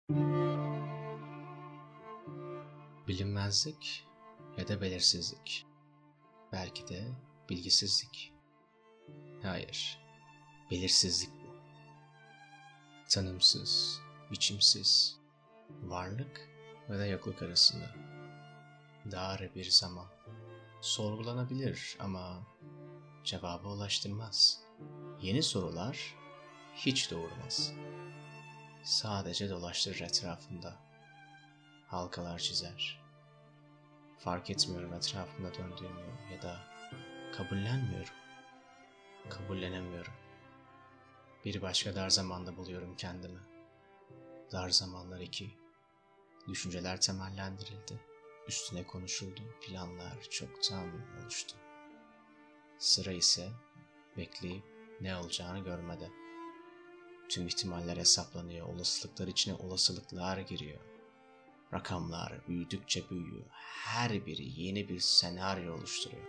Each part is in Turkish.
Bilinmezlik ya da belirsizlik. Belki de bilgisizlik. Hayır, belirsizlik bu. Tanımsız, biçimsiz, varlık ve de yokluk arasında. Dar bir zaman. Sorgulanabilir ama cevaba ulaştırmaz. Yeni sorular hiç doğurmaz. Sadece dolaştırır etrafında. Halkalar çizer. Fark etmiyorum etrafımda döndüğümü ya da kabullenmiyorum. Kabullenemiyorum. Bir başka dar zamanda buluyorum kendimi. Dar zamanlar 2. Düşünceler temellendirildi. Üstüne konuşuldu. Planlar çoktan oluştu. Sıra ise bekleyip ne olacağını görmede. Tüm ihtimaller hesaplanıyor. Olasılıklar içine olasılıklar giriyor. Rakamlar büyüdükçe büyüyor. Her biri yeni bir senaryo oluşturuyor.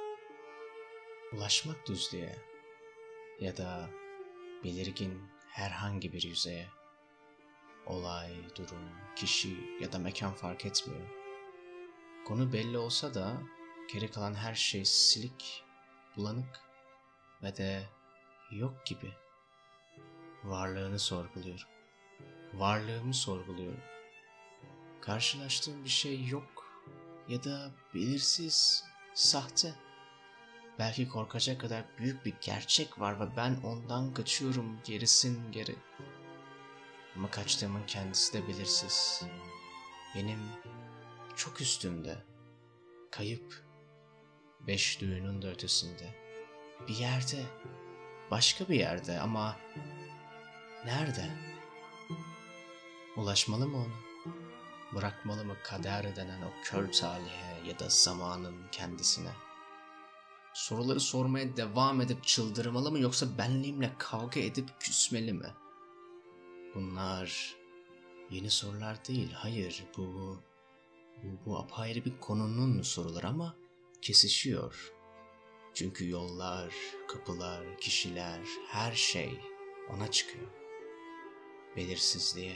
Ulaşmak düzlüğe ya da belirgin herhangi bir yüzeye, olay, durum, kişi ya da mekan fark etmiyor. Konu belli olsa da geri kalan her şey silik, bulanık ve de yok gibi. Varlığını sorguluyorum. Varlığımı sorguluyorum. Karşılaştığım bir şey yok ya da belirsiz, sahte. Belki korkacak kadar büyük bir gerçek var ve ben ondan kaçıyorum gerisin geri. Ama kaçtığımın kendisi de belirsiz. Benim çok üstümde, kayıp, 5 duyunun da ötesinde. Bir yerde, başka bir yerde ama nerede? Ulaşmalı mı ona? Bırakmalı mı kader denen o kör talihe ya da zamanın kendisine? Soruları sormaya devam edip çıldırmalı mı yoksa benliğimle kavga edip küsmeli mi? Bunlar yeni sorular değil. Hayır, bu apayrı bir konunun soruları ama kesişiyor. Çünkü yollar, kapılar, kişiler, her şey ona çıkıyor. Belirsizliğe.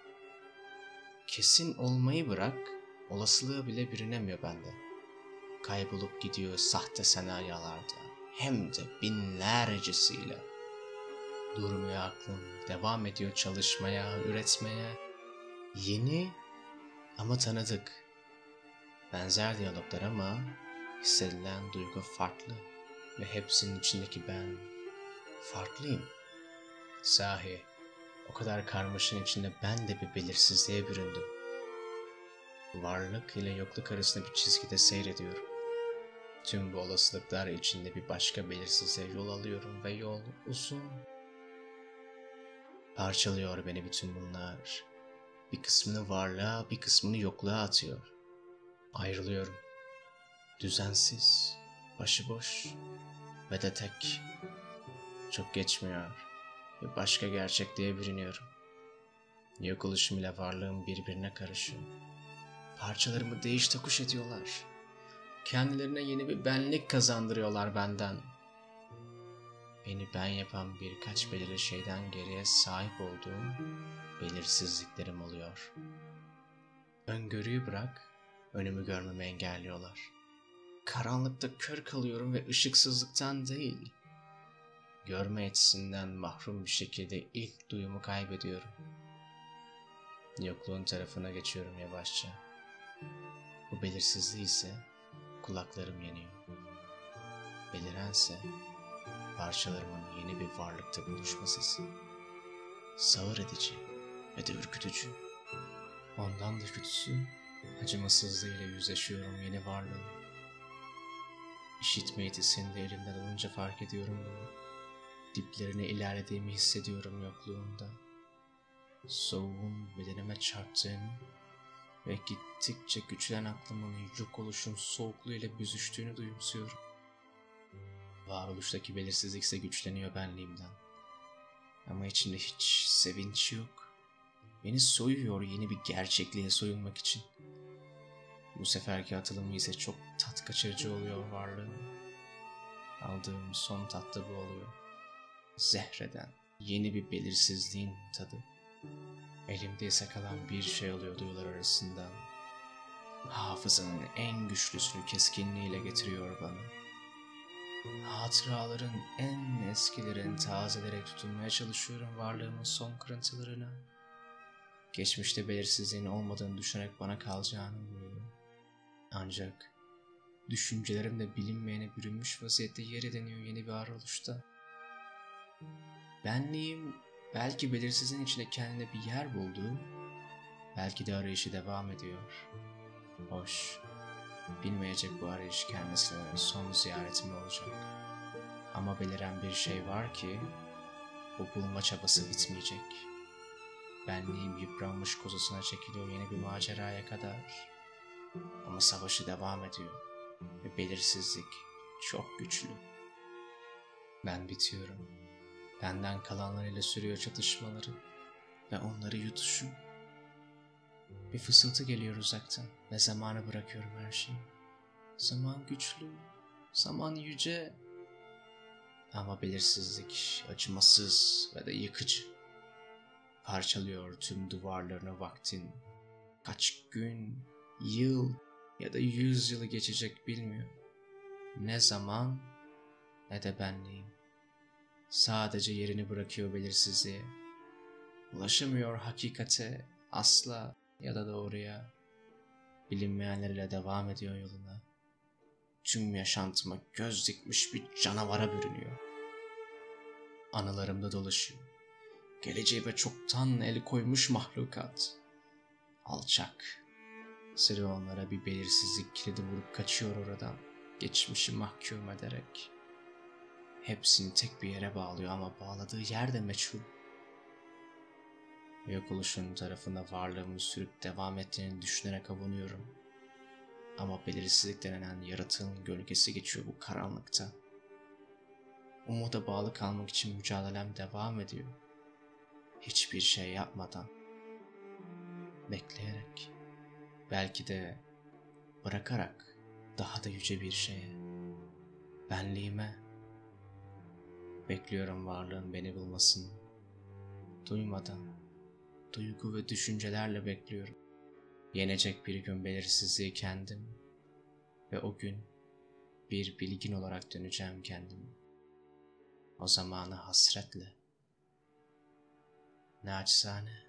Kesin olmayı bırak, olasılığı bile bürünemiyor bende. Kaybolup gidiyor sahte senaryolarda, hem de binlercesiyle. Durmuyor aklım, devam ediyor çalışmaya, üretmeye. Yeni ama tanıdık. Benzer diyaloglar ama hissedilen duygu farklı ve hepsinin içindeki ben farklıyım. Sahi, o kadar karmaşanın içinde ben de bir belirsizliğe büründüm. Varlık ile yokluk arasında bir çizgide seyrediyorum. Tüm bu olasılıklar içinde bir başka belirsizliğe yol alıyorum ve yol uzun. Parçalıyor beni bütün bunlar. Bir kısmını varlığa, bir kısmını yokluğa atıyor. Ayrılıyorum. Düzensiz, başıboş ve de tek. Çok geçmiyor. Bir başka gerçekliğe bürünüyorum. Yok oluşum ile varlığım birbirine karışıyor. Parçalarımı değiş tokuş ediyorlar. Kendilerine yeni bir benlik kazandırıyorlar benden. Beni ben yapan birkaç belirli şeyden geriye sahip olduğum belirsizliklerim oluyor. Öngörüyü bırak, önümü görmemi engelliyorlar. Karanlıkta kör kalıyorum ve ışıksızlıktan değil, görme yetisinden mahrum bir şekilde ilk duyumu kaybediyorum. Yokluğun tarafına geçiyorum yavaşça. Bu belirsizliği ise kulaklarım yeniyor. Belirense parçalarımın yeni bir varlıkta buluşma sesi. Sağır edici ve de ürkütücü. Ondan da kötüsü, acımasızlığıyla yüzleşiyorum yeni varlığım. İşitme yetisini de elimden alınca fark ediyorum bunu. Diplerine ilerlediğimi hissediyorum yokluğunda. Soğuğun bedenime çarptığını ve gittikçe güçlenen aklımın yok oluşun soğukluğuyla büzüştüğünü duyumsuyorum. Varoluştaki belirsizlik ise güçleniyor benliğimden. Ama içimde hiç sevinç yok. Beni soyuyor yeni bir gerçekliğe soyulmak için. Bu seferki atılımı ise çok tat kaçırıcı oluyor varlığım. Aldığım son tat da bu oluyor. Zehreden yeni bir belirsizliğin tadı. Elimde ise kalan bir şey oluyor duyular arasından. Hafızanın en güçlüsünü keskinliğiyle getiriyor bana. Hatıraların en eskilerini tazelerek tutunmaya çalışıyorum varlığımın son kırıntılarına. Geçmişte belirsizliğin olmadığını düşünerek bana kalacağını umuyorum. Ancak düşüncelerim de bilinmeyene bürünmüş vaziyette yer ediniyor yeni bir varoluşta. Benliğim belki belirsizliğin içinde kendine bir yer buldu, belki de arayışı devam ediyor. Hoş, bilmeyecek bu arayış kendisine son ziyaretim olacak. Ama beliren bir şey var ki, bu bulma çabası bitmeyecek. Benliğim yıpranmış kozasına çekiliyor yeni bir maceraya kadar. Ama savaşı devam ediyor ve belirsizlik çok güçlü. Ben bitiyorum. Benden kalanlarıyla sürüyor çatışmaları ve onları yutuşum. Bir fısıltı geliyor uzaktan ve zamana bırakıyorum her şeyi. Zaman güçlü, zaman yüce. Ama belirsizlik acımasız ve de yıkıcı. Parçalıyor tüm duvarlarını vaktin. Kaç gün, yıl ya da 100 yılı geçecek bilmiyor. Ne zaman ne de benliğim. Sadece yerini bırakıyor belirsizliğe. Ulaşamıyor hakikate asla ya da doğruya. Bilinmeyenlerle devam ediyor yoluna. Tüm yaşantıma göz dikmiş bir canavara bürünüyor. Anılarımda dolaşıyor. Geleceğime çoktan el koymuş mahlukat. Alçak. Sıra onlara bir belirsizlik kilidi vurup kaçıyor oradan. Geçmişi mahkum ederek. Hepsini tek bir yere bağlıyor ama bağladığı yer de meçhul. Yok oluşun tarafında varlığımın sürüp devam ettiğini düşünerek avunuyorum. Ama belirsizlik denen yaratığın gölgesi geçiyor bu karanlıkta. Umuda bağlı kalmak için mücadelem devam ediyor. Hiçbir şey yapmadan. Bekleyerek. Belki de bırakarak daha da yüce bir şeye. Benliğime. Bekliyorum varlığın beni bulmasını. Duymadan, duygu ve düşüncelerle bekliyorum. Yenecek bir gün belirsizliği kendim ve o gün bir bilgin olarak döneceğim kendime. O zamanı hasretle. Naçizane